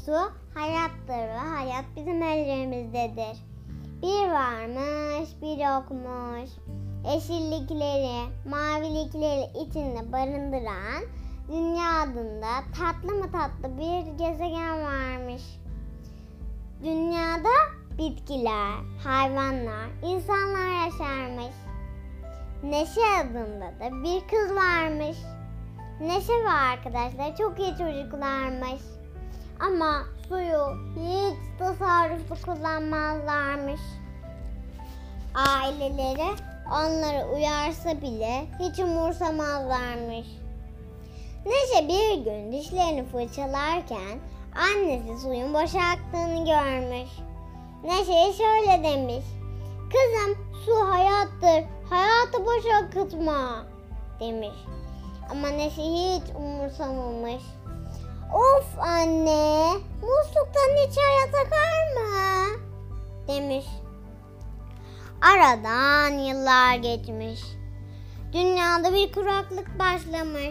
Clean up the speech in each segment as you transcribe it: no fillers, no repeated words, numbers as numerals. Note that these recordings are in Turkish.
Su hayattır ve hayat bizim ellerimizdedir. Bir varmış, bir yokmuş. Yeşillikleri, mavilikleri içinde barındıran Dünya adında tatlı mı tatlı bir gezegen varmış. Dünyada bitkiler, hayvanlar, insanlar yaşarmış. Neşe adında da bir kız varmış. Neşe ve arkadaşlar çok iyi çocuklarmış. Ama suyu hiç tasarruflu kullanmazlarmış. Aileleri onları uyarsa bile hiç umursamazlarmış. Neşe bir gün dişlerini fırçalarken annesi suyun boşa aktığını görmüş. Neşe'ye şöyle demiş: "Kızım, su hayattır, hayatı boşa akıtma," demiş. Ama Neşe hiç umursamamış. "Of anne, musluktan hiç hayat akar mı?" demiş. Aradan yıllar geçmiş. Dünyada bir kuraklık başlamış.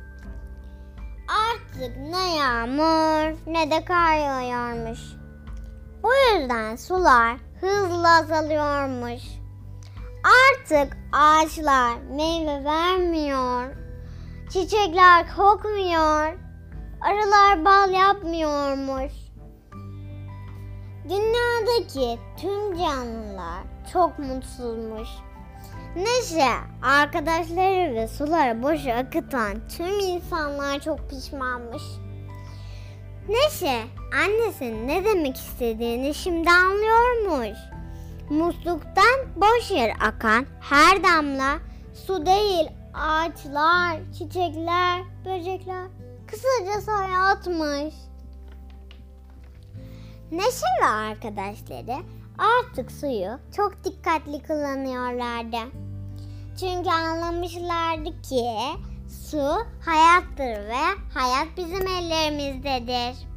Artık ne yağmur ne de kar yağıyormuş. Bu yüzden sular hızla azalıyormuş. Artık ağaçlar meyve vermiyor. Çiçekler kokmuyor. Arılar bal yapmıyormuş. Dünyadaki tüm canlılar çok mutsuzmuş. Neşe, arkadaşları ve suları boşa akıtan tüm insanlar çok pişmanmış. Neşe, annesinin ne demek istediğini şimdi anlıyormuş. Musluktan boş yere akan her damla su değil, ağaçlar, çiçekler, böcekler, kısacası hayatmış. Neşe ve arkadaşları artık suyu çok dikkatli kullanıyorlardı. Çünkü anlamışlardı ki su hayattır ve hayat bizim ellerimizdedir.